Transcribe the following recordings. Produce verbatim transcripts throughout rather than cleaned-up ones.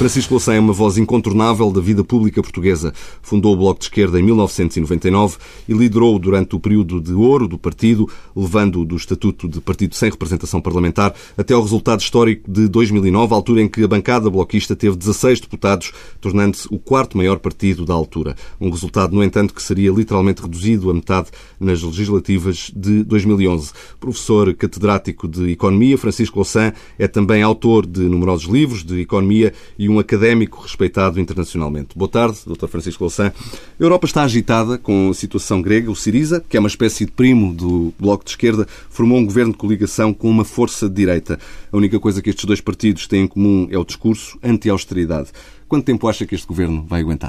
Francisco Louçã é uma voz incontornável da vida pública portuguesa. Fundou o Bloco de Esquerda em mil novecentos e noventa e nove e liderou durante o período de ouro do partido, levando-o do estatuto de partido sem representação parlamentar até ao resultado histórico de dois mil e nove, altura em que a bancada bloquista teve dezasseis deputados, tornando-se o quarto maior partido da altura. Um resultado, no entanto, que seria literalmente reduzido a metade nas legislativas de dois mil e onze. Professor catedrático de Economia, Francisco Louçã é também autor de numerosos livros de economia e um académico respeitado internacionalmente. Boa tarde, doutor Francisco Louçã. A Europa está agitada com a situação grega. O Syriza, que é uma espécie de primo do Bloco de Esquerda, formou um governo de coligação com uma força de direita. A única coisa que estes dois partidos têm em comum é o discurso anti-austeridade. Quanto tempo acha que este governo vai aguentar?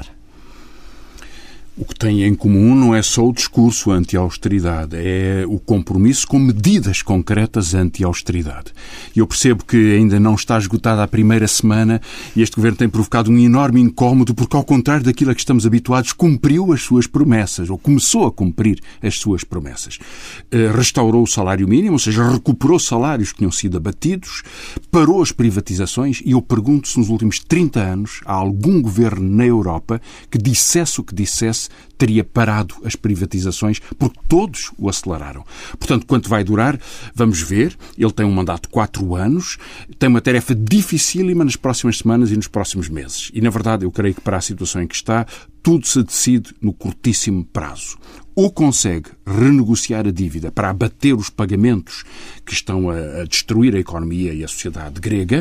O que tem em comum não é só o discurso anti-austeridade, é o compromisso com medidas concretas anti-austeridade. E eu percebo que ainda não está esgotada a primeira semana e este governo tem provocado um enorme incómodo porque, ao contrário daquilo a que estamos habituados, cumpriu as suas promessas, ou começou a cumprir as suas promessas. Restaurou o salário mínimo, ou seja, recuperou salários que tinham sido abatidos, parou as privatizações e eu pergunto se nos últimos trinta anos há algum governo na Europa que dissesse o que dissesse teria parado as privatizações, porque todos o aceleraram. Portanto, quanto vai durar, vamos ver. Ele tem um mandato de quatro anos, tem uma tarefa dificílima nas próximas semanas e nos próximos meses. E, na verdade, eu creio que para a situação em que está, tudo se decide no curtíssimo prazo. Ou consegue renegociar a dívida para abater os pagamentos que estão a destruir a economia e a sociedade grega,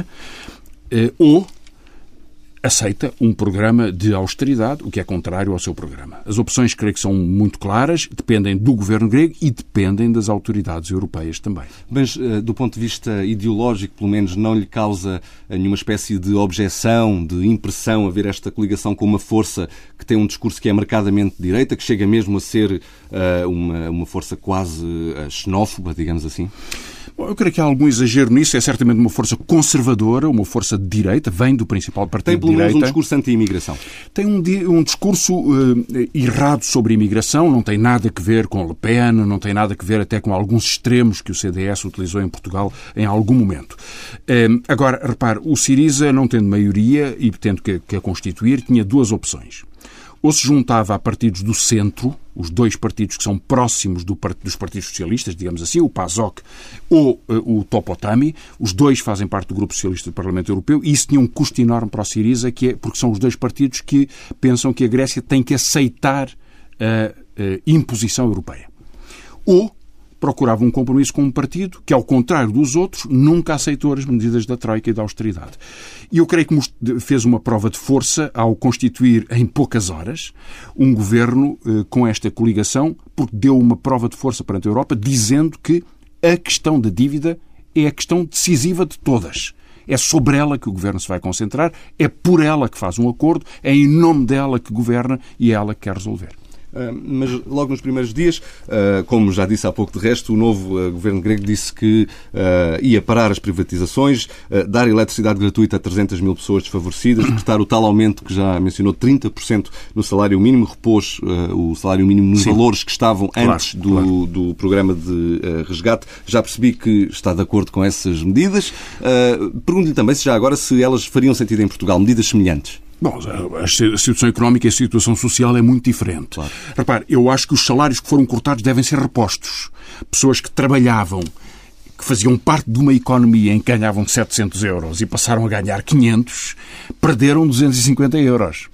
ou aceita um programa de austeridade, o que é contrário ao seu programa. As opções, creio que são muito claras, dependem do governo grego e dependem das autoridades europeias também. Mas, do ponto de vista ideológico, pelo menos, não lhe causa nenhuma espécie de objeção, de impressão a ver esta coligação com uma força que tem um discurso que é marcadamente de direita, que chega mesmo a ser uh, uma, uma força quase uh, xenófoba, digamos assim? Bom, eu creio que há algum exagero nisso. É certamente uma força conservadora, uma força de direita, vem do principal partido de direita. Tem pelo menos um discurso anti-imigração. Tem um, um discurso uh, errado sobre a imigração, não tem nada a ver com Le Pen, não tem nada a ver até com alguns extremos que o C D S utilizou em Portugal em algum momento. Uh, agora, repare, o Syriza, não tendo maioria e tendo que, que a constituir, tinha duas opções. Ou se juntava a partidos do centro, os dois partidos que são próximos do, dos partidos socialistas, digamos assim, o PASOK ou uh, o Topotami, os dois fazem parte do Grupo Socialista do Parlamento Europeu, e isso tinha um custo enorme para o Syriza, que é, porque são os dois partidos que pensam que a Grécia tem que aceitar a, a imposição europeia. Ou procurava um compromisso com um partido que, ao contrário dos outros, nunca aceitou as medidas da Troika e da austeridade. E eu creio que fez uma prova de força ao constituir, em poucas horas, um governo eh, com esta coligação, porque deu uma prova de força perante a Europa, dizendo que a questão da dívida é a questão decisiva de todas. É sobre ela que o governo se vai concentrar, é por ela que faz um acordo, é em nome dela que governa e é ela que quer resolver. Mas logo nos primeiros dias, como já disse há pouco de resto, o novo governo grego disse que ia parar as privatizações, dar eletricidade gratuita a trezentas mil pessoas desfavorecidas, decretar o tal aumento que já mencionou, trinta por cento no salário mínimo, repôs o salário mínimo nos Sim. valores que estavam claro, antes do, claro. do programa de resgate. Já percebi que está de acordo com essas medidas. Pergunto-lhe também se já agora se elas fariam sentido em Portugal, medidas semelhantes. Bom, a situação económica e a situação social é muito diferente. Claro. Repare, eu acho que os salários que foram cortados devem ser repostos. Pessoas que trabalhavam, que faziam parte de uma economia em que ganhavam setecentos euros e passaram a ganhar quinhentos, perderam duzentos e cinquenta euros.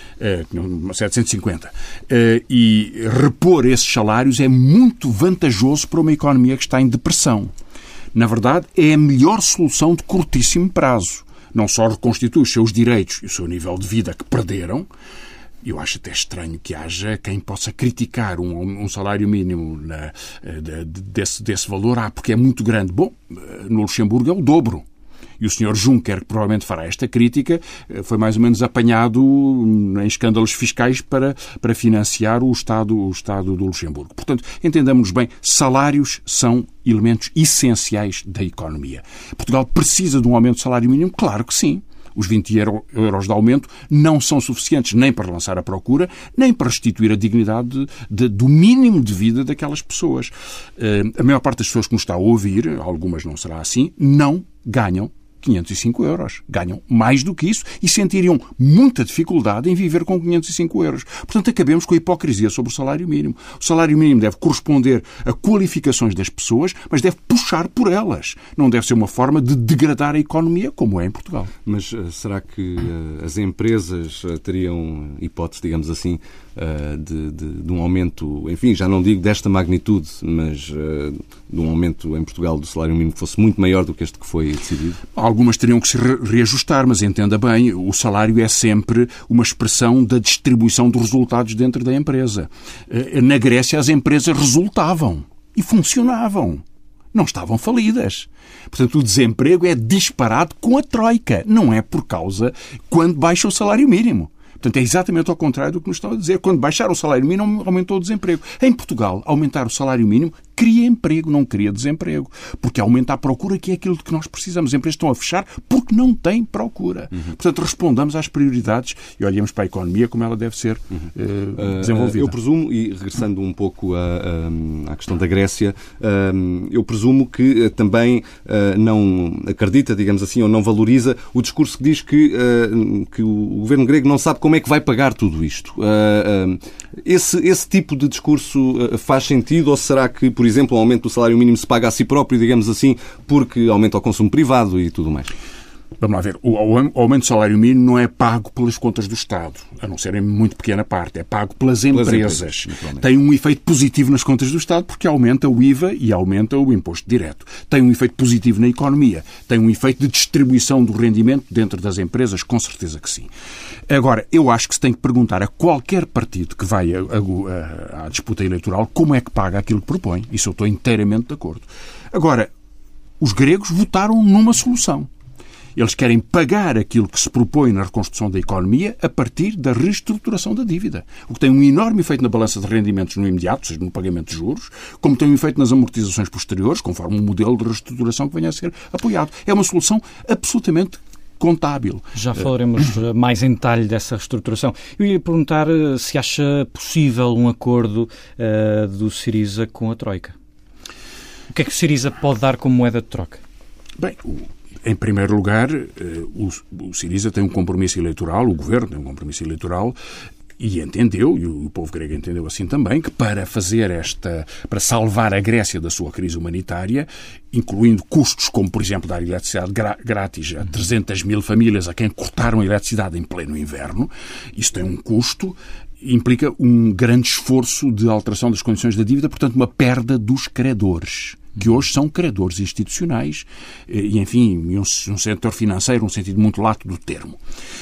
Uh, setecentos e cinquenta. Uh, e repor esses salários é muito vantajoso para uma economia que está em depressão. Na verdade, é a melhor solução de curtíssimo prazo. Não só reconstitui os seus direitos e o seu nível de vida que perderam. Eu acho até estranho que haja quem possa criticar um, um salário mínimo na, de, desse, desse valor. Ah, porque é muito grande. Bom, no Luxemburgo é o dobro. E o senhor Juncker, que provavelmente fará esta crítica, foi mais ou menos apanhado em escândalos fiscais para, para financiar o Estado, o Estado do Luxemburgo. Portanto, entendamos bem, salários são elementos essenciais da economia. Portugal precisa de um aumento do salário mínimo? Claro que sim. Os vinte euros de aumento não são suficientes nem para relançar a procura, nem para restituir a dignidade de, de, do mínimo de vida daquelas pessoas. Uh, a maior parte das pessoas que nos está a ouvir, algumas não será assim, não ganham quinhentos e cinco euros. Ganham mais do que isso e sentiriam muita dificuldade em viver com quinhentos e cinco euros. Portanto, acabemos com a hipocrisia sobre o salário mínimo. O salário mínimo deve corresponder a qualificações das pessoas, mas deve puxar por elas. Não deve ser uma forma de degradar a economia, como é em Portugal. Mas uh, será que uh, as empresas uh, teriam hipótese, digamos assim, uh, de, de, de um aumento, enfim, já não digo desta magnitude, mas uh, de um aumento em Portugal do salário mínimo que fosse muito maior do que este que foi decidido? Algumas teriam que se reajustar, mas entenda bem, o salário é sempre uma expressão da distribuição dos resultados dentro da empresa. Na Grécia as empresas resultavam e funcionavam. Não estavam falidas. Portanto, o desemprego é disparado com a troika. Não é por causa quando baixa o salário mínimo. Portanto, é exatamente ao contrário do que nos estão a dizer. Quando baixar o salário mínimo, aumentou o desemprego. Em Portugal, aumentar o salário mínimo cria emprego, não cria desemprego. Porque aumenta a procura, que é aquilo de que nós precisamos. As empresas estão a fechar porque não têm procura. Uhum. Portanto, respondamos às prioridades e olhemos para a economia como ela deve ser uhum. uh, desenvolvida. Eu presumo, e regressando um pouco à, à questão da Grécia, eu presumo que também não acredita, digamos assim, ou não valoriza o discurso que diz que, que o governo grego não sabe como é que vai pagar tudo isto. Esse, esse tipo de discurso faz sentido ou será que, por exemplo, o aumento do salário mínimo se paga a si próprio, digamos assim, porque aumenta o consumo privado e tudo mais? Vamos lá ver. O aumento do salário mínimo não é pago pelas contas do Estado, a não ser em muito pequena parte. É pago pelas empresas. empresas Tem um efeito positivo nas contas do Estado porque aumenta o I V A e aumenta o imposto direto. Tem um efeito positivo na economia. Tem um efeito de distribuição do rendimento dentro das empresas, com certeza que sim. Agora, eu acho que se tem que perguntar a qualquer partido que vai a, a, a, à disputa eleitoral como é que paga aquilo que propõe. Isso eu estou inteiramente de acordo. Agora, os gregos votaram numa solução. Eles querem pagar aquilo que se propõe na reconstrução da economia a partir da reestruturação da dívida. O que tem um enorme efeito na balança de rendimentos no imediato, ou seja, no pagamento de juros, como tem um efeito nas amortizações posteriores, conforme um modelo de reestruturação que venha a ser apoiado. É uma solução absolutamente contábil. Já falaremos mais em detalhe dessa reestruturação. Eu ia perguntar se acha possível um acordo uh, do Syriza com a Troika. O que é que o Syriza pode dar como moeda de troca? Bem, o... Em primeiro lugar, o Syriza tem um compromisso eleitoral, o governo tem um compromisso eleitoral e entendeu, e o povo grego entendeu assim também, que para fazer esta, para salvar a Grécia da sua crise humanitária, incluindo custos como, por exemplo, dar eletricidade grátis a trezentas mil famílias a quem cortaram a eletricidade em pleno inverno, isso tem um custo, implica um grande esforço de alteração das condições da dívida, portanto, uma perda dos credores, que hoje são credores institucionais e, enfim, um, um setor financeiro, num sentido muito lato do termo.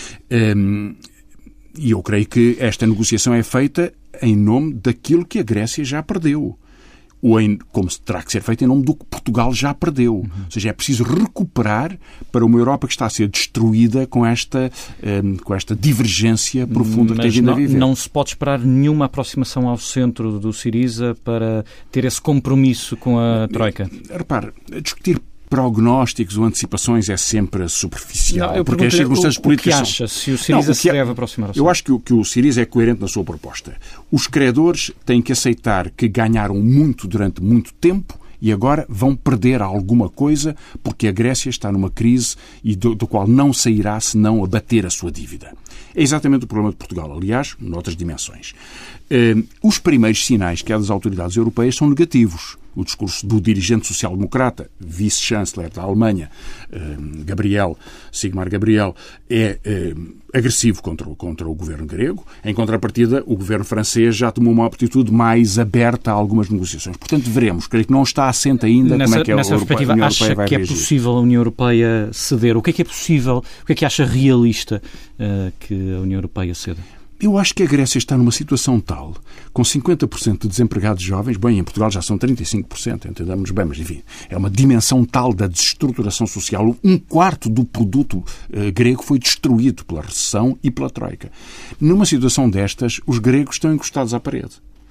Um, e eu creio que esta negociação é feita em nome daquilo que a Grécia já perdeu. Ou em, como terá que ser feita em nome do que Portugal já perdeu. Uhum. Ou seja, é preciso recuperar para uma Europa que está a ser destruída com esta, um, com esta divergência profunda Mas que tem vindo não, a viver. Não se pode esperar nenhuma aproximação ao centro do Syriza para ter esse compromisso com a Troika? Repare, discutir prognósticos ou antecipações é sempre superficial. Não, eu porque as circunstâncias o, políticas o que acha, são... se o Syriza não, se deve aproximar ao Eu acho que o, que o Syriza é coerente na sua proposta. Os credores têm que aceitar que ganharam muito durante muito tempo e agora vão perder alguma coisa porque a Grécia está numa crise e do, do qual não sairá se não abater a sua dívida. É exatamente o problema de Portugal, aliás, noutras dimensões. Uh, os primeiros sinais que há das autoridades europeias são negativos. O discurso do dirigente social-democrata, vice-chanceler da Alemanha, uh, Gabriel, Sigmar Gabriel, é uh, agressivo contra o, contra o governo grego. Em contrapartida, o governo francês já tomou uma atitude mais aberta a algumas negociações. Portanto, veremos. Creio que não está assente ainda nessa, como é que a, nessa Europa, perspectiva, a União Europeia vai acha que reagir. É possível a União Europeia ceder? O que é que é possível, o que é que acha realista uh, que a União Europeia ceda? Eu acho que a Grécia está numa situação tal, com cinquenta por cento de desempregados jovens, bem, em Portugal já são trinta e cinco por cento, entendamos bem, mas enfim, é uma dimensão tal da desestruturação social. Um quarto do produto uh, grego foi destruído pela recessão e pela troika. Numa situação destas, os gregos estão encostados à parede.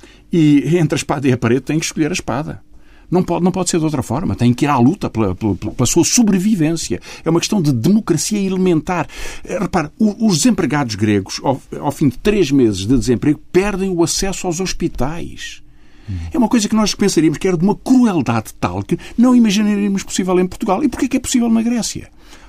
E entre a espada e a parede têm que escolher a espada. Não pode, não pode ser de outra forma. Tem que ir à luta pela, pela, pela sua sobrevivência. É uma questão de democracia elementar. Repare, os desempregados gregos, ao, ao fim de três meses de desemprego, perdem o acesso aos hospitais. Hum. É uma coisa que nós pensaríamos que era de uma crueldade tal que não imaginaríamos possível em Portugal. E porquê que é possível na Grécia?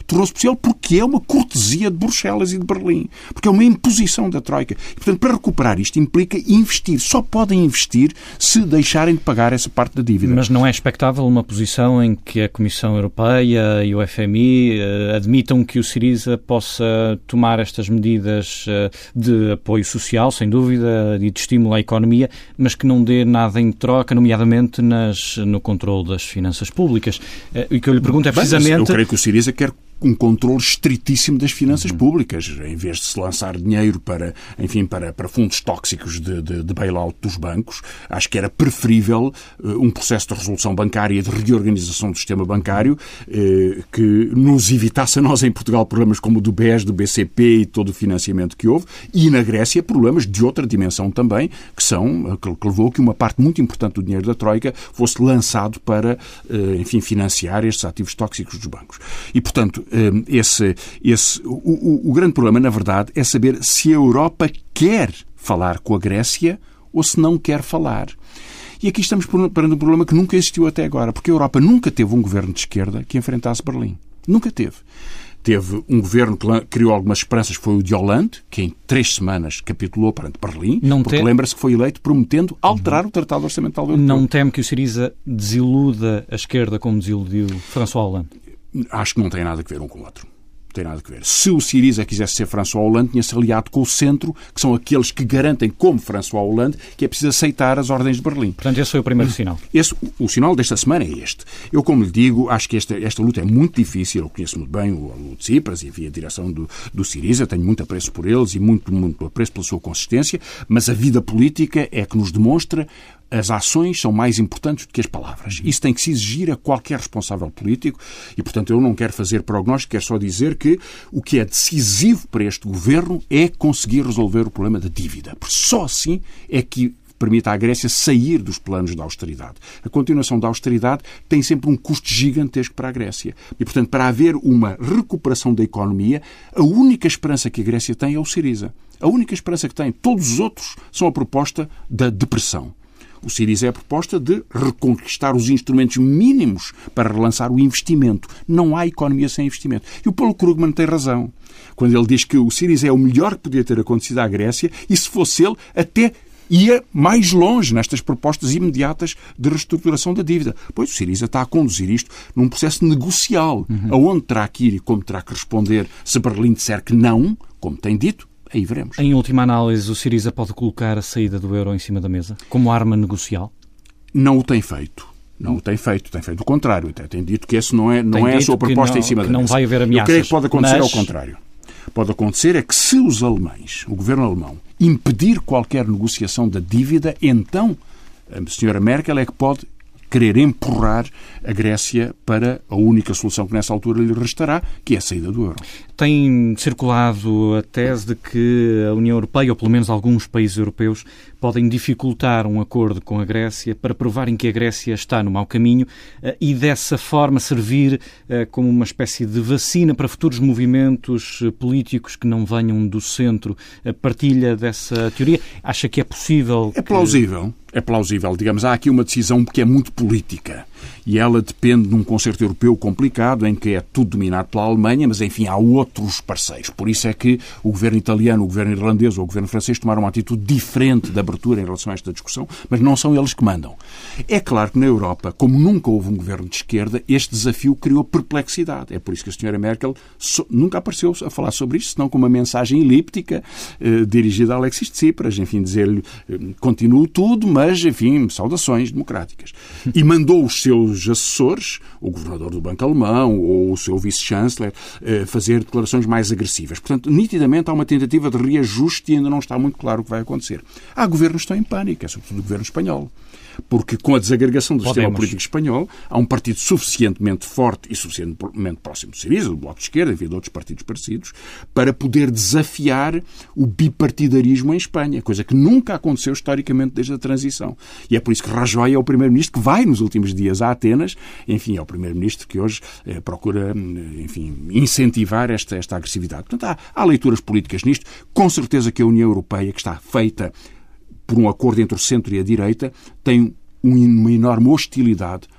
tornou-se possível porque é uma cortesia de Bruxelas e de Berlim. Porque é uma imposição da Troika. E, portanto, para recuperar isto implica investir. Só podem investir se deixarem de pagar essa parte da dívida. Mas não é expectável uma posição em que a Comissão Europeia e o F M I uh, admitam que o Syriza possa tomar estas medidas uh, de apoio social, sem dúvida, e de estímulo à economia, mas que não dê nada em troca, nomeadamente nas, no controle das finanças públicas. Uh, e o que eu lhe pergunto é precisamente... Bem, eu creio que o Syriza quer um controle estritíssimo das finanças públicas, em vez de se lançar dinheiro para, enfim, para, para fundos tóxicos de, de, de bail-out dos bancos. Acho que era preferível uh, um processo de resolução bancária e de reorganização do sistema bancário uh, que nos evitasse a nós em Portugal problemas como o do B E S, do B C P e todo o financiamento que houve, e na Grécia problemas de outra dimensão também, que são, que, que levou que uma parte muito importante do dinheiro da Troika fosse lançado para, uh, enfim, financiar estes ativos tóxicos dos bancos. E, portanto, Esse, esse, o, o, o grande problema, na verdade, é saber se a Europa quer falar com a Grécia ou se não quer falar. E aqui estamos perante um problema que nunca existiu até agora, porque a Europa nunca teve um governo de esquerda que enfrentasse Berlim. Nunca teve. Teve um governo que criou algumas esperanças, que foi o de Hollande, que em três semanas capitulou perante Berlim, não porque te... lembra-se que foi eleito prometendo alterar uhum. o Tratado Orçamental Europeu. Não teme que o Syriza desiluda a esquerda como desiludiu François Hollande? Acho que não tem nada a ver um com o outro. Não tem nada a ver. Se o Syriza quisesse ser François Hollande, tinha-se aliado com o centro, que são aqueles que garantem, como François Hollande, que é preciso aceitar as ordens de Berlim. Portanto, esse foi o primeiro sinal. Esse, o, o sinal desta semana é este. Eu, como lhe digo, acho que esta, esta luta é muito difícil. Eu conheço muito bem o, o Tsipras e a direção do, do Syriza. Tenho muito apreço por eles e muito, muito apreço pela sua consistência. Mas a vida política é que nos demonstra as ações são mais importantes do que as palavras. Isso tem que se exigir a qualquer responsável político e, portanto, eu não quero fazer prognóstico, quero só dizer que o que é decisivo para este governo é conseguir resolver o problema da dívida. Porque só assim é que permite à Grécia sair dos planos da austeridade. A continuação da austeridade tem sempre um custo gigantesco para a Grécia. E, portanto, para haver uma recuperação da economia, a única esperança que a Grécia tem é o Syriza. A única esperança que tem. Todos os outros são a proposta da depressão. O Syriza é a proposta de reconquistar os instrumentos mínimos para relançar o investimento. Não há economia sem investimento. E o Paulo Krugman tem razão quando ele diz que o Syriza é o melhor que podia ter acontecido à Grécia e, se fosse ele, até ia mais longe nestas propostas imediatas de reestruturação da dívida. Pois o Syriza está a conduzir isto num processo negocial, uhum. aonde terá que ir e como terá que responder se Berlim disser que não, como tem dito. Aí veremos. Em última análise, o Syriza pode colocar a saída do euro em cima da mesa como arma negocial? Não o tem feito. Não o tem feito. Tem feito o contrário. Até tem dito que esse não é, não é a sua proposta não, em cima da não mesa. Vai haver ameaças. Eu creio que pode acontecer mas... ao contrário. Pode acontecer é que se os alemães, o governo alemão, impedir qualquer negociação da dívida, então a senhora Merkel é que pode querer empurrar a Grécia para a única solução que nessa altura lhe restará, que é a saída do euro. Tem circulado a tese de que a União Europeia, ou pelo menos alguns países europeus, podem dificultar um acordo com a Grécia para provarem que a Grécia está no mau caminho e dessa forma servir como uma espécie de vacina para futuros movimentos políticos que não venham do centro. Partilha dessa teoria? Acha que é possível? É plausível. É plausível. Digamos, há aqui uma decisão que é muito política e ela depende de um concerto europeu complicado em que é tudo dominado pela Alemanha, mas, enfim, há outros parceiros. Por isso é que o governo italiano, o governo irlandês ou o governo francês tomaram uma atitude diferente de abertura em relação a esta discussão, mas não são eles que mandam. É claro que na Europa, como nunca houve um governo de esquerda, este desafio criou perplexidade. É por isso que a senhora Merkel so, nunca apareceu a falar sobre isto, senão com uma mensagem elíptica eh, dirigida a Alexis Tsipras, enfim, dizer-lhe eh, continuo tudo, mas, enfim, saudações democráticas. E mandou os seus assessores, o governador do Banco Alemão ou o seu vice-chanceler, eh, fazer declarações mais agressivas. Portanto, nitidamente há uma tentativa de reajuste e ainda não está muito claro o que vai acontecer. Há governos que estão em pânico, é sobretudo o governo espanhol. Porque com a desagregação do Podemos. sistema político espanhol, há um partido suficientemente forte e suficientemente próximo do Syriza, do Bloco de Esquerda, enfim, de outros partidos parecidos, para poder desafiar o bipartidarismo em Espanha, coisa que nunca aconteceu historicamente desde a transição. E é por isso que Rajoy é o primeiro-ministro que vai nos últimos dias a Atenas, enfim, é o primeiro-ministro que hoje eh, procura, enfim, incentivar esta, esta agressividade. Portanto, há, há leituras políticas nisto. Com certeza que a União Europeia, que está feita por um acordo entre o centro e a direita, tem uma enorme hostilidade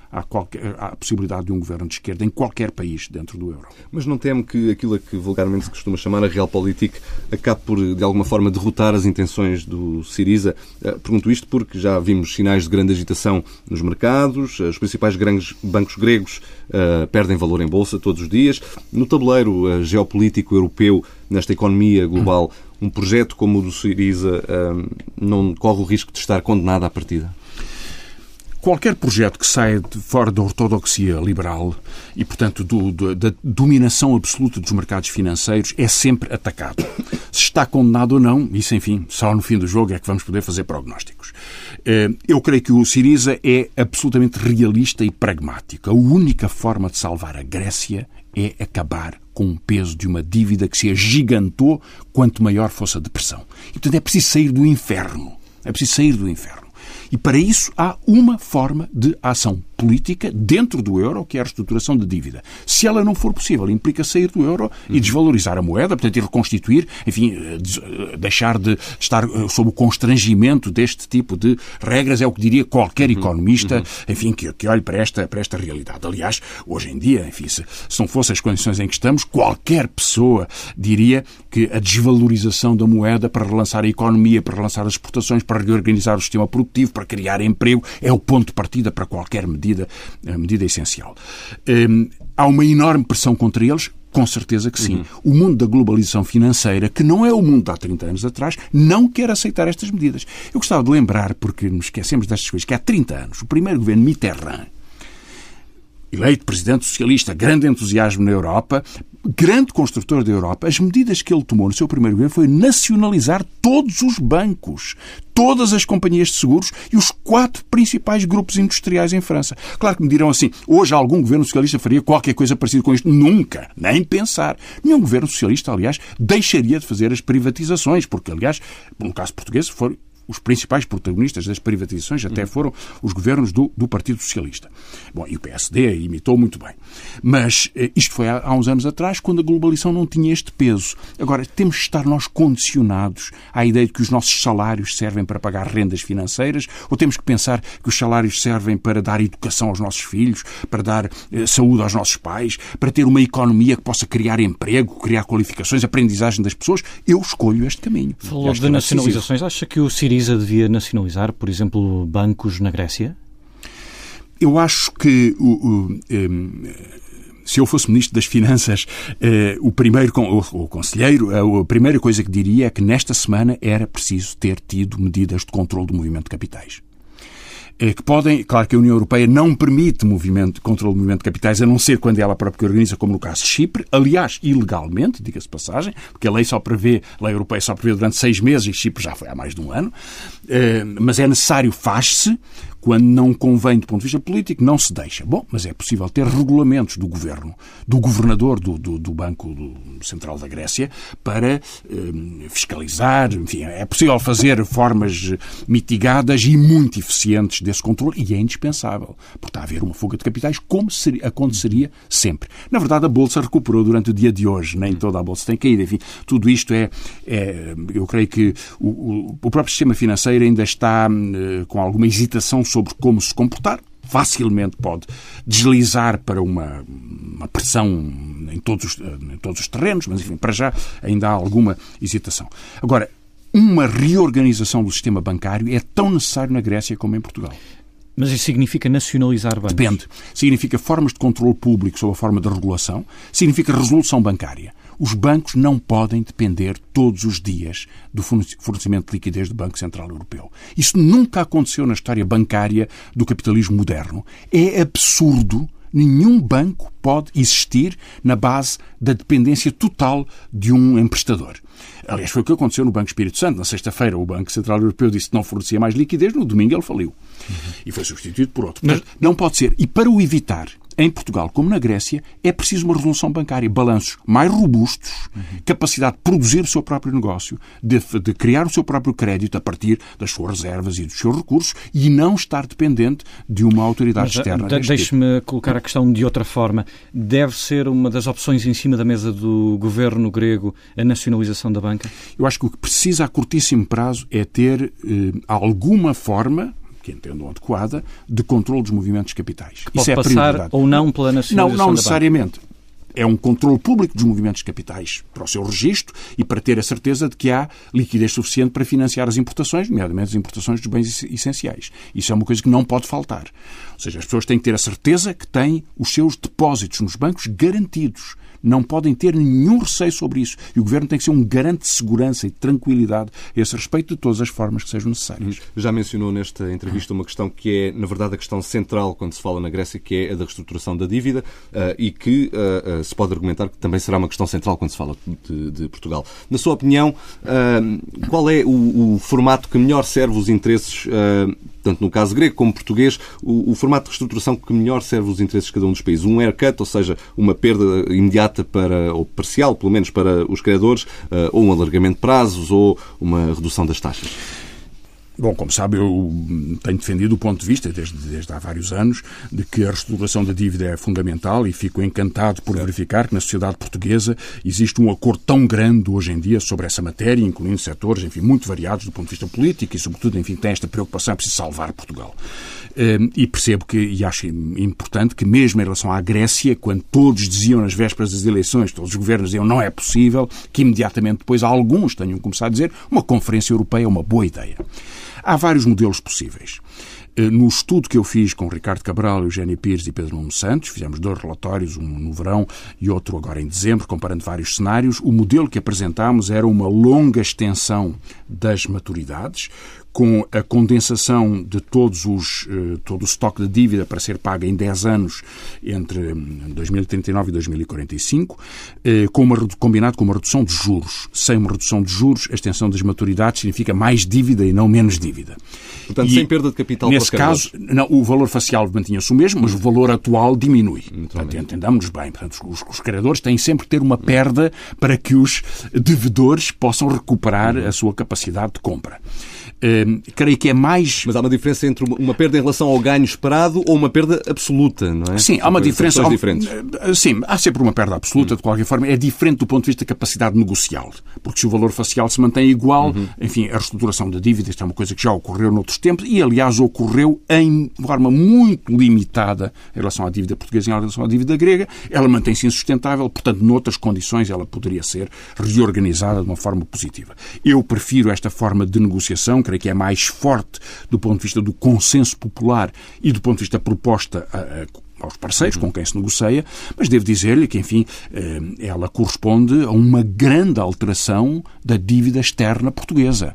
à, qualquer, à possibilidade de um governo de esquerda em qualquer país dentro do euro. Mas não teme que aquilo a que vulgarmente se costuma chamar a Realpolitik acabe por, de alguma forma, derrotar as intenções do Syriza? Pergunto isto porque já vimos sinais de grande agitação nos mercados, os principais grandes bancos gregos uh, perdem valor em bolsa todos os dias. No tabuleiro uh, geopolítico europeu, nesta economia global, um projeto como o do Syriza uh, não corre o risco de estar condenado à partida? Qualquer projeto que saia de fora da ortodoxia liberal e, portanto, do, do, da dominação absoluta dos mercados financeiros é sempre atacado. Se está condenado ou não, isso, enfim, só no fim do jogo é que vamos poder fazer prognósticos. Eu creio que o Syriza é absolutamente realista e pragmático. A única forma de salvar a Grécia é acabar com o peso de uma dívida que se agigantou quanto maior fosse a depressão. E, portanto, é preciso sair do inferno. É preciso sair do inferno. E para isso há uma forma de ação política dentro do euro, que é a reestruturação de dívida. Se ela não for possível, implica sair do euro uhum. e desvalorizar a moeda, portanto, e reconstituir, enfim, deixar de estar sob o constrangimento deste tipo de regras, é o que diria qualquer economista, uhum. enfim, que, que olhe para esta, para esta realidade. Aliás, hoje em dia, enfim, se, se não fossem as condições em que estamos, qualquer pessoa diria que a desvalorização da moeda para relançar a economia, para relançar as exportações, para reorganizar o sistema produtivo, para criar emprego, é o ponto de partida para qualquer medida, medida essencial. Hum, há uma enorme pressão contra eles? Com certeza que sim. Uhum. O mundo da globalização financeira, que não é o mundo de há trinta anos atrás, não quer aceitar estas medidas. Eu gostava de lembrar, porque nos esquecemos destas coisas, que há trinta anos, o primeiro governo Mitterrand, eleito presidente socialista, grande entusiasmo na Europa, grande construtor da Europa, as medidas que ele tomou no seu primeiro governo foi nacionalizar todos os bancos, todas as companhias de seguros e os quatro principais grupos industriais em França. Claro que me dirão assim, hoje algum governo socialista faria qualquer coisa parecida com isto? Nunca, nem pensar. Nenhum governo socialista, aliás, deixaria de fazer as privatizações, porque, aliás, no caso português, foram os principais protagonistas das privatizações até foram os governos do, do Partido Socialista. Bom, e o P S D imitou muito bem. Mas isto foi há, há uns anos atrás, quando a globalização não tinha este peso. Agora, temos de estar nós condicionados à ideia de que os nossos salários servem para pagar rendas financeiras, ou temos que pensar que os salários servem para dar educação aos nossos filhos, para dar eh, saúde aos nossos pais, para ter uma economia que possa criar emprego, criar qualificações, aprendizagem das pessoas? Eu escolho este caminho. Falou de nacionalizações. Acha que o Syriza devia nacionalizar, por exemplo, bancos na Grécia? Eu acho que o, o, um, se eu fosse Ministro das Finanças, uh, o primeiro, o, o conselheiro, a, a primeira coisa que diria é que nesta semana era preciso ter tido medidas de controle do movimento de capitais. Que podem, claro que a União Europeia não permite movimento, controle do movimento de capitais, a não ser quando ela própria organiza, como no caso de Chipre, aliás, ilegalmente, diga-se de passagem, porque a lei só prevê, a lei europeia só prevê durante seis meses e Chipre já foi há mais de um ano, mas é necessário, faz-se, quando não convém do ponto de vista político, não se deixa. Bom, mas é possível ter regulamentos do governo, do governador do, do, do Banco do Central da Grécia, para eh, fiscalizar, enfim, é possível fazer formas mitigadas e muito eficientes desse controle, e é indispensável, porque está a haver uma fuga de capitais, como seria, aconteceria sempre. Na verdade, a Bolsa recuperou durante o dia de hoje, nem toda a Bolsa tem caído, enfim, tudo isto é, é eu creio que o, o, o próprio sistema financeiro ainda está eh, com alguma hesitação sobre como se comportar. Facilmente pode deslizar para uma, uma pressão em todos, os, em todos os terrenos, mas, enfim, para já ainda há alguma hesitação. Agora, uma reorganização do sistema bancário é tão necessário na Grécia como em Portugal. Mas isso significa nacionalizar bancos? Depende. Significa formas de controle público sob a forma de regulação, significa resolução bancária. Os bancos não podem depender todos os dias do fornecimento de liquidez do Banco Central Europeu. Isso nunca aconteceu na história bancária do capitalismo moderno. É absurdo. Nenhum banco pode existir na base da dependência total de um emprestador. Aliás, foi o que aconteceu no Banco Espírito Santo. Na sexta-feira, o Banco Central Europeu disse que não fornecia mais liquidez. No domingo, ele faliu. Uhum. E foi substituído por outro. Mas não pode ser. E para o evitar, em Portugal como na Grécia, é preciso uma resolução bancária, balanços mais robustos, uhum. capacidade de produzir o seu próprio negócio, de, de criar o seu próprio crédito a partir das suas reservas e dos seus recursos e não estar dependente de uma autoridade Mas, externa. De, Deixe-me tipo. colocar a questão de outra forma. Deve ser uma das opções em cima da mesa do governo grego a nacionalização da banca? Eu acho que o que precisa a curtíssimo prazo é ter eh, alguma forma, que entendam adequada, de controle dos movimentos capitais. Que pode Isso é passar ou não pela nacionalização Não, não da necessariamente. É um controle público dos movimentos capitais para o seu registro e para ter a certeza de que há liquidez suficiente para financiar as importações, nomeadamente as importações dos bens essenciais. Isso é uma coisa que não pode faltar. Ou seja, as pessoas têm que ter a certeza que têm os seus depósitos nos bancos garantidos. Não podem ter nenhum receio sobre isso. E o Governo tem que ser um garante de segurança e de tranquilidade a esse respeito de todas as formas que sejam necessárias. Já mencionou nesta entrevista uma questão que é, na verdade, a questão central quando se fala na Grécia, que é a da reestruturação da dívida uh, e que uh, uh, se pode argumentar que também será uma questão central quando se fala de, de Portugal. Na sua opinião, uh, qual é o, o formato que melhor serve os interesses, uh, tanto no caso grego como português, o, o formato de reestruturação que melhor serve os interesses de cada um dos países? Um haircut, ou seja, uma perda imediata para, ou parcial, pelo menos, para os credores, ou um alargamento de prazos, ou uma redução das taxas? Bom, como sabe, eu tenho defendido o ponto de vista, desde, desde há vários anos, de que a reestruturação da dívida é fundamental e fico encantado por verificar que na sociedade portuguesa existe um acordo tão grande hoje em dia sobre essa matéria, incluindo setores, enfim, muito variados do ponto de vista político e, sobretudo, enfim, tem esta preocupação, é preciso salvar Portugal. E percebo que, e acho importante, que mesmo em relação à Grécia, quando todos diziam nas vésperas das eleições, todos os governos diziam não é possível, que imediatamente depois alguns tenham começado a dizer uma conferência europeia é uma boa ideia. Há vários modelos possíveis. No estudo que eu fiz com o Ricardo Cabral, Eugénio Pires e Pedro Nuno Santos, fizemos dois relatórios, um no verão e outro agora em dezembro, comparando vários cenários. O modelo que apresentámos era uma longa extensão das maturidades, com a condensação de todos os, todo o estoque de dívida para ser paga em dez anos entre dois mil e trinta e nove e dois mil e quarenta e cinco, com uma, combinado com uma redução de juros. Sem uma redução de juros, a extensão das maturidades significa mais dívida e não menos dívida. Portanto, e, sem perda de capital nesse para caso, não, o valor facial mantinha-se o mesmo, mas o valor atual diminui. Portanto, entendamos bem. Portanto, os, os credores têm sempre que ter uma perda para que os devedores possam recuperar a sua capacidade de compra. Uh, creio que é mais... Mas há uma diferença entre uma perda em relação ao ganho esperado ou uma perda absoluta, não é? Sim, há uma diferença... Há, diferentes. Sim, há sempre uma perda absoluta, de qualquer forma. É diferente do ponto de vista da capacidade negocial. Porque se o valor facial se mantém igual, uhum. enfim, a reestruturação da dívida, isto é uma coisa que já ocorreu noutros tempos e, aliás, ocorreu em forma muito limitada em relação à dívida portuguesa e em relação à dívida grega. Ela mantém-se insustentável, portanto, noutras condições ela poderia ser reorganizada de uma forma positiva. Eu prefiro esta forma de negociação, creio que é mais forte do ponto de vista do consenso popular e do ponto de vista da proposta a, a, aos parceiros com quem se negocia, mas devo dizer-lhe que, enfim, ela corresponde a uma grande alteração da dívida externa portuguesa.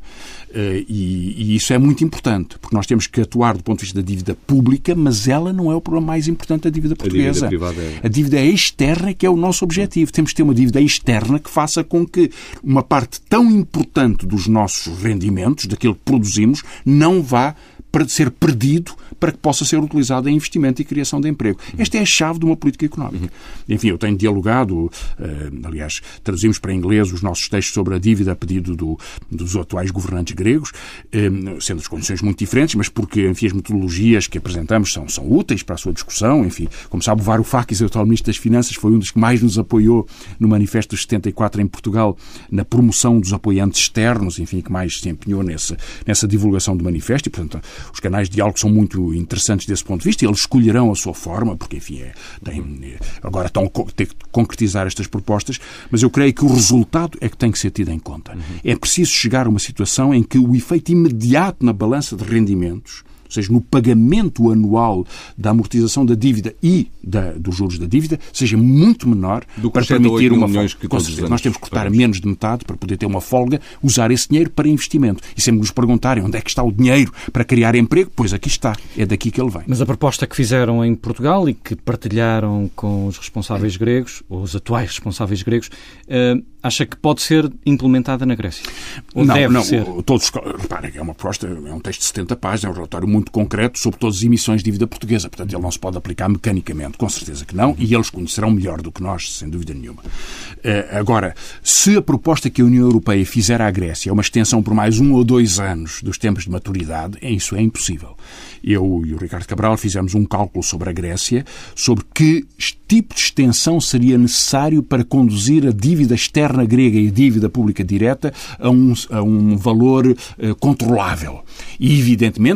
E, e isso é muito importante, porque nós temos que atuar do ponto de vista da dívida pública, mas ela não é o problema mais importante da dívida portuguesa. A dívida privada é... A dívida externa que é o nosso objetivo. Temos que ter uma dívida externa que faça com que uma parte tão importante dos nossos rendimentos, daquilo que produzimos, não vá para ser perdido para que possa ser utilizado em investimento e criação de emprego. Esta é a chave de uma política económica. Enfim, eu tenho dialogado, aliás, traduzimos para inglês os nossos textos sobre a dívida a pedido do, dos atuais governantes gregos, sendo as condições muito diferentes, mas porque, enfim, as metodologias que apresentamos são, são úteis para a sua discussão. Enfim, como sabe, o Varoufakis, o atual Ministro das Finanças, foi um dos que mais nos apoiou no Manifesto dos setenta e quatro em Portugal, na promoção dos apoiantes externos, enfim, que mais se empenhou nessa, nessa divulgação do manifesto e, portanto, os canais de diálogo são muito interessantes desse ponto de vista e eles escolherão a sua forma, porque, enfim, é, tem, agora estão a ter que concretizar estas propostas, mas eu creio que o resultado é que tem que ser tido em conta. Uhum. É preciso chegar a uma situação em que o efeito imediato na balança de rendimentos, ou seja, no pagamento anual da amortização da dívida e da, dos juros da dívida, seja muito menor do para permitir uma folga. Que todos os anos nós temos que cortar a menos de metade para poder ter uma folga, usar esse dinheiro para investimento. E sempre nos perguntarem onde é que está o dinheiro para criar emprego, pois aqui está. É daqui que ele vem. Mas a proposta que fizeram em Portugal e que partilharam com os responsáveis gregos, ou os atuais responsáveis gregos, uh, acha que pode ser implementada na Grécia? Ou não, deve não. Ser? Todos, repara, é uma proposta, é um texto de setenta páginas, é um relatório muito concreto sobre todas as emissões de dívida portuguesa. Portanto, ele não se pode aplicar mecanicamente, com certeza que não, e eles conhecerão melhor do que nós, sem dúvida nenhuma. Uh, agora, se a proposta que a União Europeia fizer à Grécia é uma extensão por mais um ou dois anos dos tempos de maturidade, isso é impossível. Eu e o Ricardo Cabral fizemos um cálculo sobre a Grécia, sobre que tipo de extensão seria necessário para conduzir a dívida externa grega e a dívida pública direta a um, a um valor uh, controlável. E, evidentemente, dado que a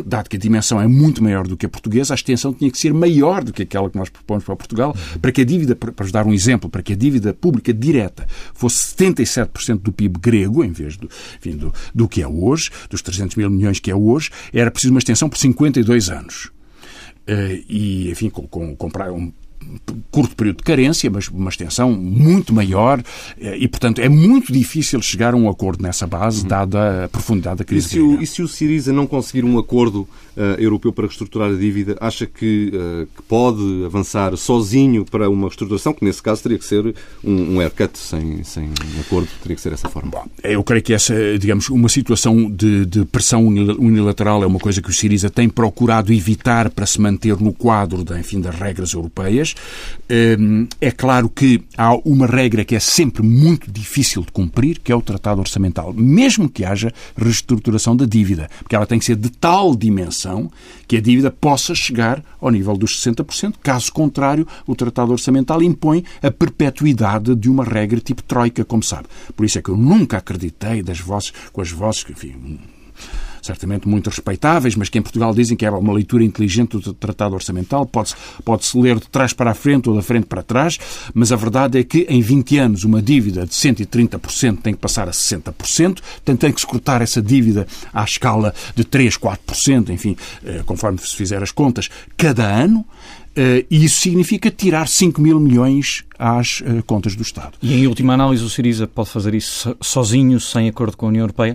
dimensão é muito maior do que a portuguesa, a extensão tinha que ser maior do que aquela que nós propomos para Portugal, para que a dívida, para vos dar um exemplo, para que a dívida pública direta fosse setenta e sete por cento do P I B grego, em vez do, enfim, do, do que é hoje, dos trezentos mil milhões que é hoje, era preciso uma extensão por cinquenta e dois anos. Uh, e, enfim, com, com, comprar um curto período de carência, mas uma extensão muito maior e, portanto, é muito difícil chegar a um acordo nessa base, uhum. dada a profundidade da crise. E se o, e se o Syriza não conseguir um acordo uh, europeu para reestruturar a dívida, acha que, uh, que pode avançar sozinho para uma reestruturação, que nesse caso teria que ser um, um haircut sem, sem acordo, teria que ser dessa forma? Bom, eu creio que essa, digamos, uma situação de, de pressão unilateral é uma coisa que o Syriza tem procurado evitar para se manter no quadro, da, enfim, das regras europeias. É claro que há uma regra que é sempre muito difícil de cumprir, que é o Tratado Orçamental, mesmo que haja reestruturação da dívida, porque ela tem que ser de tal dimensão que a dívida possa chegar ao nível dos sessenta por cento. Caso contrário, o Tratado Orçamental impõe a perpetuidade de uma regra tipo troika, como sabe. Por isso é que eu nunca acreditei das vozes, com as vozes, enfim, certamente muito respeitáveis, mas que em Portugal dizem que é uma leitura inteligente do Tratado Orçamental, pode-se, pode-se ler de trás para a frente ou da frente para trás, mas a verdade é que em vinte anos uma dívida de cento e trinta por cento tem que passar a sessenta por cento, portanto tem que se cortar essa dívida à escala de três, quatro por cento, enfim, conforme se fizer as contas, cada ano. E isso significa tirar cinco mil milhões às contas do Estado. E em última análise o Syriza pode fazer isso sozinho, sem acordo com a União Europeia?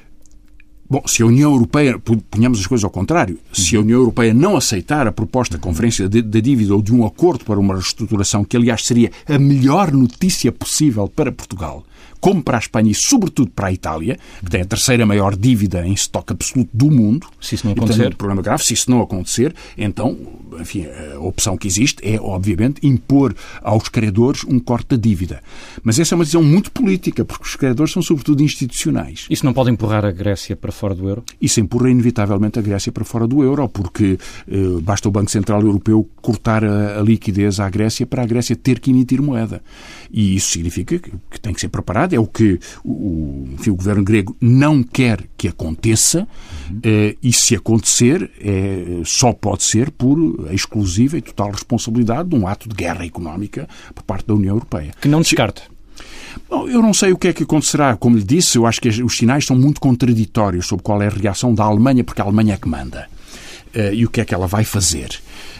Bom, se a União Europeia, ponhamos as coisas ao contrário, se a União Europeia não aceitar a proposta da Conferência da Dívida ou de um acordo para uma reestruturação, que aliás seria a melhor notícia possível para Portugal, como para a Espanha e sobretudo para a Itália, que tem a terceira maior dívida em estoque absoluto do mundo. Se isso não acontecer. É um problema grave. Se isso não acontecer, então, enfim, a opção que existe é, obviamente, impor aos credores um corte da dívida. Mas essa é uma decisão muito política, porque os credores são sobretudo institucionais. Isso não pode empurrar a Grécia para fora do euro? Isso empurra inevitavelmente a Grécia para fora do euro, porque eh, basta o Banco Central Europeu cortar a, a liquidez à Grécia para a Grécia ter que emitir moeda. E isso significa que, que tem que ser preparado. É o que o, enfim, o governo grego não quer que aconteça, uhum. eh, e se acontecer, é, só pode ser por a exclusiva e total responsabilidade de um ato de guerra económica por parte da União Europeia. Que não descarta. Bom, eu não sei o que é que acontecerá. Como lhe disse, eu acho que os sinais são muito contraditórios sobre qual é a reação da Alemanha, porque a Alemanha é que manda. Uh, e o que é que ela vai fazer?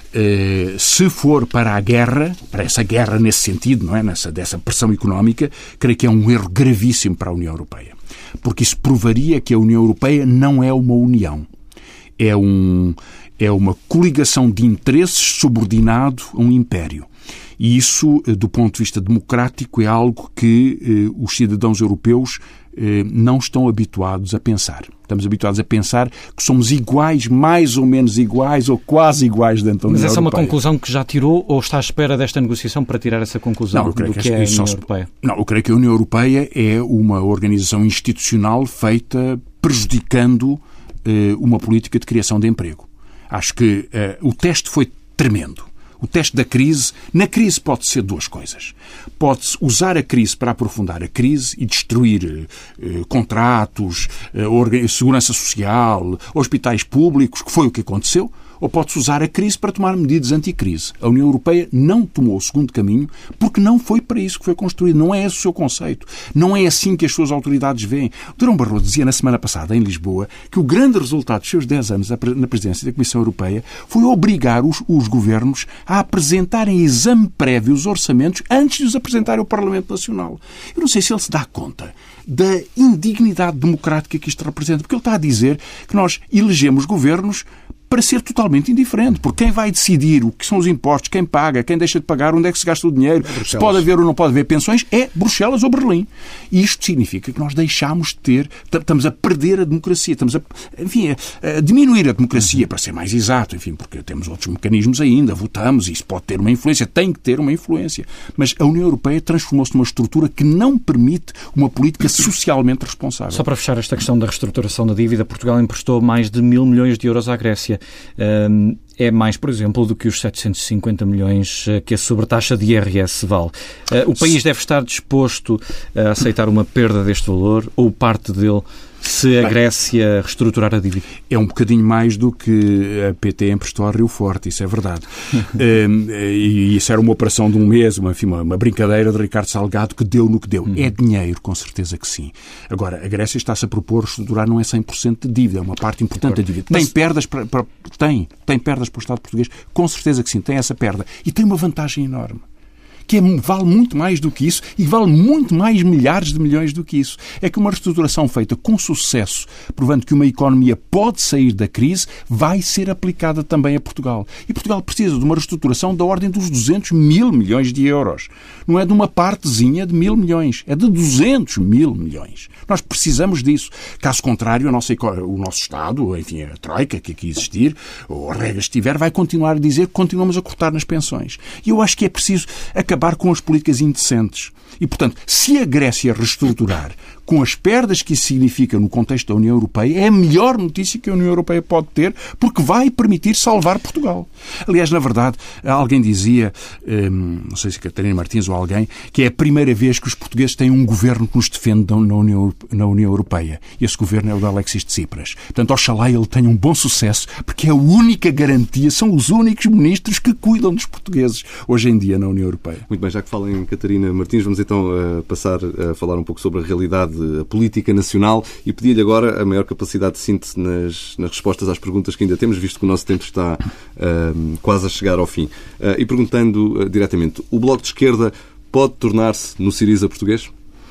Uh, se for para a guerra, para essa guerra nesse sentido, não é? Nessa, dessa pressão económica, creio que é um erro gravíssimo para a União Europeia. Porque isso provaria que a União Europeia não é uma união. É, um, é uma coligação de interesses subordinado a um império. E isso, do ponto de vista democrático, é algo que eh, os cidadãos europeus eh, não estão habituados a pensar. Estamos habituados a pensar que somos iguais, mais ou menos iguais, ou quase iguais dentro da União Europeia. Mas essa é uma conclusão que já tirou ou está à espera desta negociação para tirar essa conclusão não, do que, que é a União Europeia? Não, eu creio que a União Europeia é uma organização institucional feita prejudicando eh, uma política de criação de emprego. Acho que eh, o teste foi tremendo. O teste da crise, na crise pode ser duas coisas. Pode-se usar a crise para aprofundar a crise e destruir eh, contratos, eh, segurança social, hospitais públicos, que foi o que aconteceu, ou pode-se usar a crise para tomar medidas anticrise. A União Europeia não tomou o segundo caminho porque não foi para isso que foi construído. Não é esse o seu conceito. Não é assim que as suas autoridades veem. O Durão Barroso dizia na semana passada, em Lisboa, que o grande resultado dos seus dez anos na presidência da Comissão Europeia foi obrigar os, os governos a apresentarem em exame prévio os orçamentos antes de os apresentarem ao Parlamento Nacional. Eu não sei se ele se dá conta da indignidade democrática que isto representa, porque ele está a dizer que nós elegemos governos para ser totalmente indiferente, porque quem vai decidir o que são os impostos, quem paga, quem deixa de pagar, onde é que se gasta o dinheiro, é se pode haver ou não pode haver pensões, é Bruxelas ou Berlim. E isto significa que nós deixamos de ter, estamos a perder a democracia, estamos a, enfim, a, a diminuir a democracia, para ser mais exato, enfim, porque temos outros mecanismos ainda, votamos, e isso pode ter uma influência, tem que ter uma influência. Mas a União Europeia transformou-se numa estrutura que não permite uma política socialmente responsável. Só para fechar esta questão da reestruturação da dívida, Portugal emprestou mais de mil milhões de euros à Grécia. Um, é mais, por exemplo, do que os setecentos e cinquenta milhões que a sobretaxa de I R S vale. Uh, o país deve estar disposto a aceitar uma perda deste valor ou parte dele se a Bem, Grécia reestruturar a dívida? É um bocadinho mais do que a P T emprestou a Rio Forte, isso é verdade. um, e isso era uma operação de um mês, uma, enfim, uma, uma brincadeira de Ricardo Salgado que deu no que deu. Uhum. É dinheiro, com certeza que sim. Agora, a Grécia está-se a propor reestruturar, não é cem por cento de dívida, é uma parte importante da dívida. Tem Mas... perdas para, para, tem, tem perdas para o Estado português, com certeza que sim, tem essa perda. E tem uma vantagem enorme, que é, vale muito mais do que isso e vale muito mais milhares de milhões do que isso. É que uma reestruturação feita com sucesso, provando que uma economia pode sair da crise, vai ser aplicada também a Portugal. E Portugal precisa de uma reestruturação da ordem dos duzentos mil milhões de euros. Não é de uma partezinha de mil milhões, é de duzentos mil milhões. Nós precisamos disso. Caso contrário, a nossa, o nosso Estado, enfim, a Troika que aqui existir, ou a regra estiver, vai continuar a dizer que continuamos a cortar nas pensões. E eu acho que é preciso acabar com as políticas indecentes. E, portanto, se a Grécia reestruturar com as perdas que isso significa no contexto da União Europeia, é a melhor notícia que a União Europeia pode ter, porque vai permitir salvar Portugal. Aliás, na verdade, alguém dizia, não sei se Catarina Martins ou alguém, que é a primeira vez que os portugueses têm um governo que nos defende na União, na União Europeia. E esse governo é o de Alexis Tsipras. Portanto, oxalá ele tenha um bom sucesso, porque é a única garantia, são os únicos ministros que cuidam dos portugueses hoje em dia na União Europeia. Muito bem, já que fala em Catarina Martins, vamos então uh, passar a falar um pouco sobre a realidade a política nacional e pedir-lhe agora a maior capacidade de síntese nas, nas respostas às perguntas que ainda temos, visto que o nosso tempo está uh, quase a chegar ao fim. Uh, e perguntando uh, diretamente, o Bloco de Esquerda pode tornar-se no Syriza português?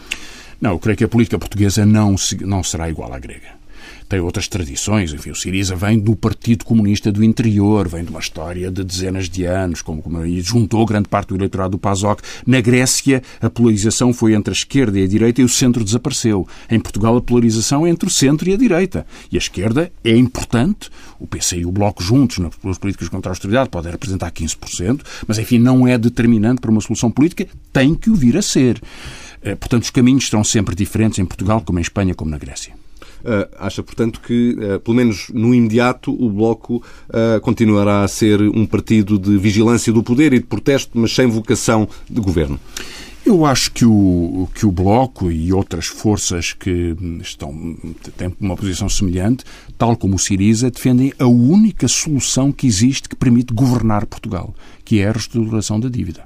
Não, eu creio que a política portuguesa não, não será igual à grega. Tem outras tradições, enfim, o Syriza vem do Partido Comunista do Interior, vem de uma história de dezenas de anos, como, como e juntou grande parte do eleitorado do PASOK. Na Grécia, a polarização foi entre a esquerda e a direita e o centro desapareceu. Em Portugal, a polarização é entre o centro e a direita. E a esquerda é importante, o P C e o Bloco juntos, nas políticas contra a austeridade, podem representar quinze por cento, mas, enfim, não é determinante para uma solução política, tem que o vir a ser. Portanto, os caminhos serão sempre diferentes em Portugal, como em Espanha, como na Grécia. Uh, acha, portanto, que, uh, pelo menos no imediato, o Bloco uh, continuará a ser um partido de vigilância do poder e de protesto, mas sem vocação de governo? Eu acho que o, que o Bloco e outras forças que estão, têm uma posição semelhante, tal como o Syriza, defendem a única solução que existe que permite governar Portugal, que é a reestruturação da dívida.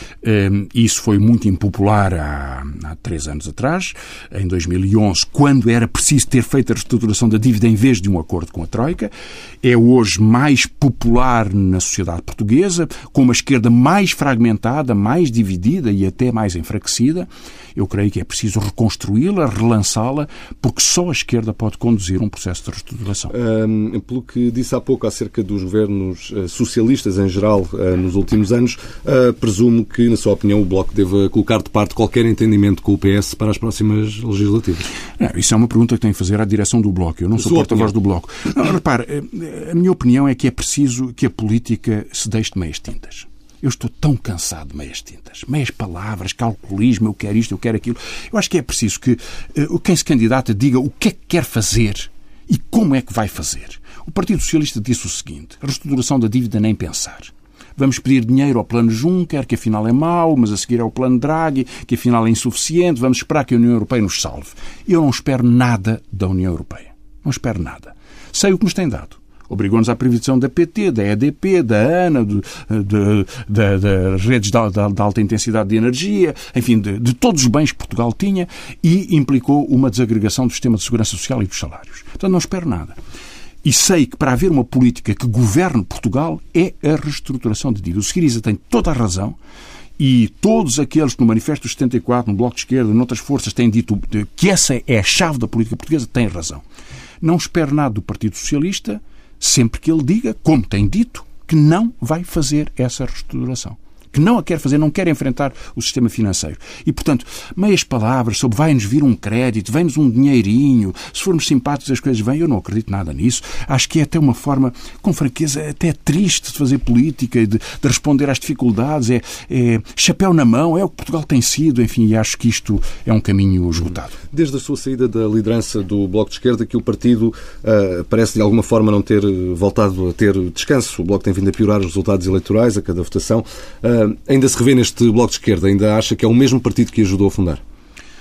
Um, isso foi muito impopular há, há três anos atrás, em dois mil e onze, quando era preciso ter feito a reestruturação da dívida em vez de um acordo com a Troika. É hoje mais popular na sociedade portuguesa, com uma esquerda mais fragmentada, mais dividida e até mais enfraquecida. Eu creio que é preciso reconstruí-la, relançá-la, porque só a esquerda pode conduzir um processo de reestruturação. Um, pelo que disse há pouco acerca dos governos uh, socialistas em geral uh, nos últimos anos, uh, presumo que, na sua opinião, o Bloco deva colocar de parte qualquer entendimento com o P S para as próximas legislativas. Não, isso é uma pergunta que tenho que fazer à direção do Bloco. Eu não sou porta-voz do Bloco. Não, repare, a minha opinião é que é preciso que a política se deixe de meias tintas. Eu estou tão cansado de meias tintas, meias palavras, calculismo, eu quero isto, eu quero aquilo. Eu acho que é preciso que uh, quem se candidata diga o que é que quer fazer e como é que vai fazer. O Partido Socialista disse o seguinte: a reestruturação da dívida nem pensar. Vamos pedir dinheiro ao plano Juncker, que afinal é mau, mas a seguir é o plano Draghi, que afinal é insuficiente. Vamos esperar que a União Europeia nos salve. Eu não espero nada da União Europeia. Não espero nada. Sei o que nos tem dado. Obrigou-nos à privação da P T, da E D P, da ANA, de, de, de, de redes de, de, de alta intensidade de energia, enfim, de, de todos os bens que Portugal tinha, e implicou uma desagregação do sistema de segurança social e dos salários. Portanto, não espero nada. E sei que para haver uma política que governe Portugal é a reestruturação de dívida. O Syriza tem toda a razão e todos aqueles que no Manifesto dos setenta e quatro, no Bloco de Esquerda, noutras forças, têm dito que essa é a chave da política portuguesa, têm razão. Não espero nada do Partido Socialista, sempre que ele diga, como tem dito, que não vai fazer essa reestruturação. Que não a quer fazer, não quer enfrentar o sistema financeiro. E, portanto, meias palavras sobre vai-nos vir um crédito, vem-nos um dinheirinho, se formos simpáticos as coisas vêm, eu não acredito nada nisso. Acho que é até uma forma, com franqueza, até triste de fazer política e de, de responder às dificuldades. É, é chapéu na mão, é o que Portugal tem sido, enfim, e acho que isto é um caminho esgotado. Desde a sua saída da liderança do Bloco de Esquerda, que o partido uh, parece de alguma forma não ter voltado a ter descanso. O Bloco tem vindo a piorar os resultados eleitorais a cada votação. Uh, ainda se revê neste Bloco de Esquerda? Ainda acha que é o mesmo partido que ajudou a fundar?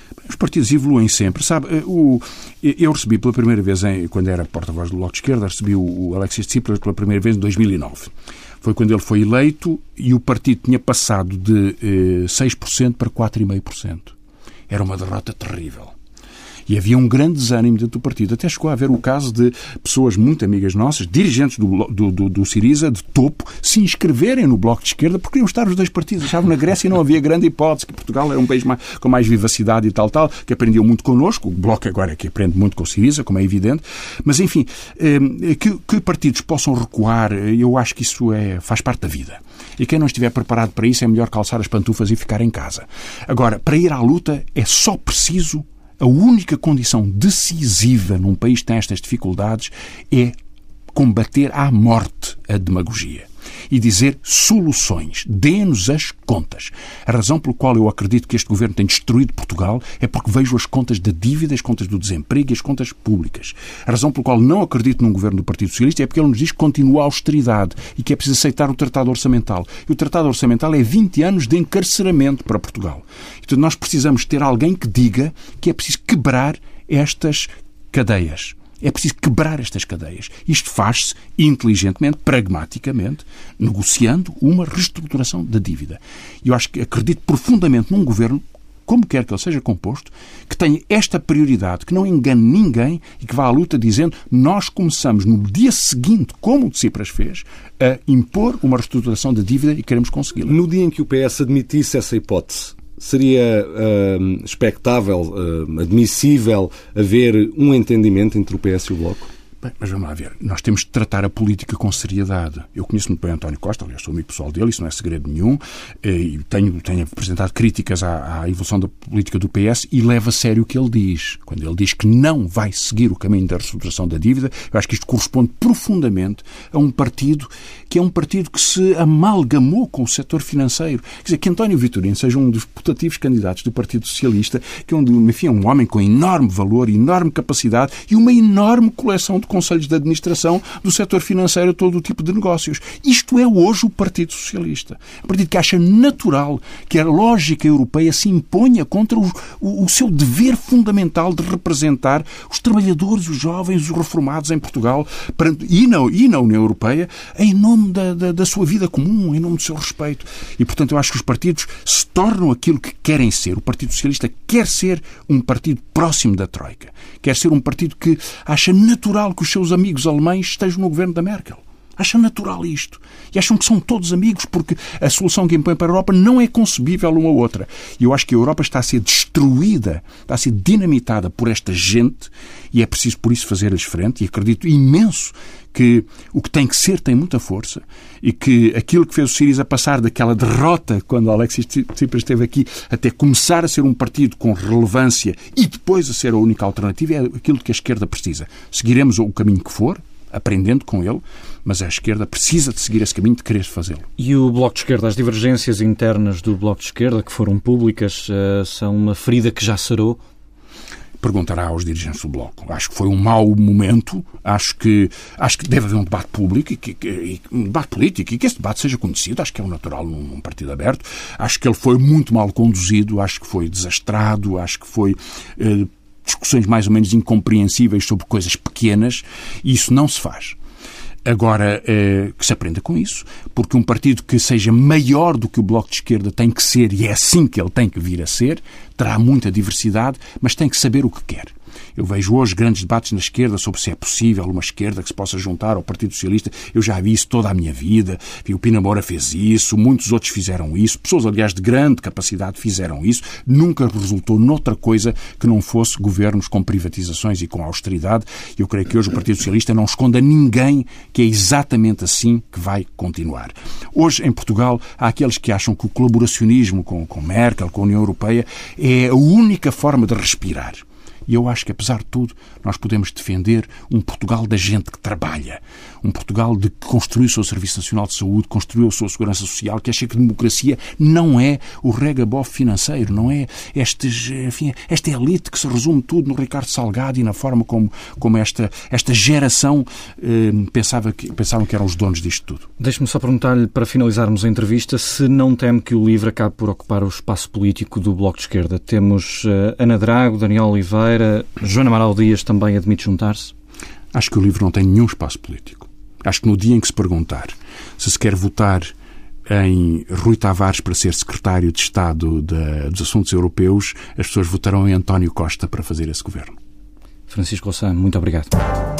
Os partidos evoluem sempre. Sabe, o, eu recebi pela primeira vez, em, quando era porta-voz do Bloco de Esquerda, recebi o, o Alexis Tsipras pela primeira vez em dois mil e nove. Foi quando ele foi eleito e o partido tinha passado de eh, seis por cento para quatro vírgula cinco por cento. Era uma derrota terrível. E havia um grande desânimo dentro do partido. Até chegou a haver o caso de pessoas muito amigas nossas, dirigentes do, do, do, do Syriza, de topo, se inscreverem no Bloco de Esquerda porque queriam estar os dois partidos. Achavam na Grécia e não havia grande hipótese, que Portugal era um país mais, com mais vivacidade e tal, tal, que aprendiam muito connosco. O Bloco agora é que aprende muito com o Syriza, como é evidente. Mas, enfim, que, que partidos possam recuar, eu acho que isso é, faz parte da vida. E quem não estiver preparado para isso é melhor calçar as pantufas e ficar em casa. Agora, para ir à luta é só preciso. A única condição decisiva num país que tem estas dificuldades é combater à morte a demagogia e dizer soluções. Dê-nos as contas. A razão pela qual eu acredito que este governo tem destruído Portugal é porque vejo as contas da dívida, as contas do desemprego e as contas públicas. A razão pela qual não acredito num governo do Partido Socialista é porque ele nos diz que continua a austeridade e que é preciso aceitar o Tratado Orçamental. E o Tratado Orçamental é vinte anos de encarceramento para Portugal. Então nós precisamos ter alguém que diga que é preciso quebrar estas cadeias. É preciso quebrar estas cadeias. Isto faz-se inteligentemente, pragmaticamente, negociando uma reestruturação da dívida. E eu acho que acredito profundamente num governo, como quer que ele seja composto, que tenha esta prioridade, que não engane ninguém e que vá à luta dizendo nós começamos no dia seguinte, como o Tsipras fez, a impor uma reestruturação da dívida e queremos consegui-la. No dia em que o P S admitisse essa hipótese, seria uh, expectável, uh, admissível, haver um entendimento entre o P S e o Bloco? Bem, mas vamos lá ver. Nós temos de tratar a política com seriedade. Eu conheço muito bem António Costa, aliás, sou amigo pessoal dele, isso não é segredo nenhum, e tenho, tenho apresentado críticas à, à evolução da política do P S e leva a sério o que ele diz. Quando ele diz que não vai seguir o caminho da reestruturação da dívida, eu acho que isto corresponde profundamente a um partido que é um partido que se amalgamou com o setor financeiro. Quer dizer, que António Vitorino seja um dos putativos candidatos do Partido Socialista, que é um, enfim, um homem com enorme valor, enorme capacidade e uma enorme coleção de conselhos de administração do setor financeiro a todo o tipo de negócios. Isto é hoje o Partido Socialista. Um partido que acha natural que a lógica europeia se imponha contra o, o, o seu dever fundamental de representar os trabalhadores, os jovens, os reformados em Portugal e na, e na União Europeia em nome da, da, da sua vida comum, em nome do seu respeito. E, portanto, eu acho que os partidos se tornam aquilo que querem ser. O Partido Socialista quer ser um partido próximo da Troika. Quer ser um partido que acha natural que os seus amigos alemães estejam no governo da Merkel. Acham natural isto. E acham que são todos amigos porque a solução que impõe para a Europa não é concebível uma ou outra. E eu acho que a Europa está a ser destruída, está a ser dinamitada por esta gente e é preciso por isso fazer-lhes frente. E acredito imenso que o que tem que ser tem muita força e que aquilo que fez o Syriza passar daquela derrota quando Alexis Tsipras esteve aqui até começar a ser um partido com relevância e depois a ser a única alternativa é aquilo que a esquerda precisa. Seguiremos o caminho que for, aprendendo com ele, mas a esquerda precisa de seguir esse caminho, de querer fazê-lo. E o Bloco de Esquerda, as divergências internas do Bloco de Esquerda, que foram públicas, são uma ferida que já sarou? Perguntará aos dirigentes do Bloco. Acho que foi um mau momento, acho que, acho que deve haver um debate público, e, que, e, um debate político, e que esse debate seja conhecido, acho que é o natural num, num partido aberto. Acho que ele foi muito mal conduzido, acho que foi desastrado, acho que foi eh, discussões mais ou menos incompreensíveis sobre coisas pequenas, e isso não se faz. Agora, eh, que se aprenda com isso, porque um partido que seja maior do que o Bloco de Esquerda tem que ser, e é assim que ele tem que vir a ser, terá muita diversidade, mas tem que saber o que quer. Eu vejo hoje grandes debates na esquerda sobre se é possível uma esquerda que se possa juntar ao Partido Socialista. Eu já vi isso toda a minha vida. O Pina Moura fez isso, muitos outros fizeram isso. Pessoas, aliás, de grande capacidade fizeram isso. Nunca resultou noutra coisa que não fosse governos com privatizações e com austeridade. Eu creio que hoje o Partido Socialista não esconde a ninguém que é exatamente assim que vai continuar. Hoje, em Portugal, há aqueles que acham que o colaboracionismo com, com Merkel, com a União Europeia, é a única forma de respirar. E eu acho que, apesar de tudo, nós podemos defender um Portugal da gente que trabalha, um Portugal de que construiu o seu Serviço Nacional de Saúde, construiu a sua Segurança Social, que acha que a democracia não é o regabof financeiro, não é estes, enfim, esta elite que se resume tudo no Ricardo Salgado e na forma como, como esta, esta geração eh, pensava que, pensavam que eram os donos disto tudo. Deixe-me só perguntar-lhe, para finalizarmos a entrevista, se não teme que o LIVRE acabe por ocupar o espaço político do Bloco de Esquerda. Temos uh, Ana Drago, Daniel Oliveira, Joana Amaral Dias também admite juntar-se? Acho que o LIVRE não tem nenhum espaço político. Acho que no dia em que se perguntar se se quer votar em Rui Tavares para ser secretário de Estado de, dos Assuntos Europeus, as pessoas votarão em António Costa para fazer esse governo. Francisco Louçã, muito obrigado.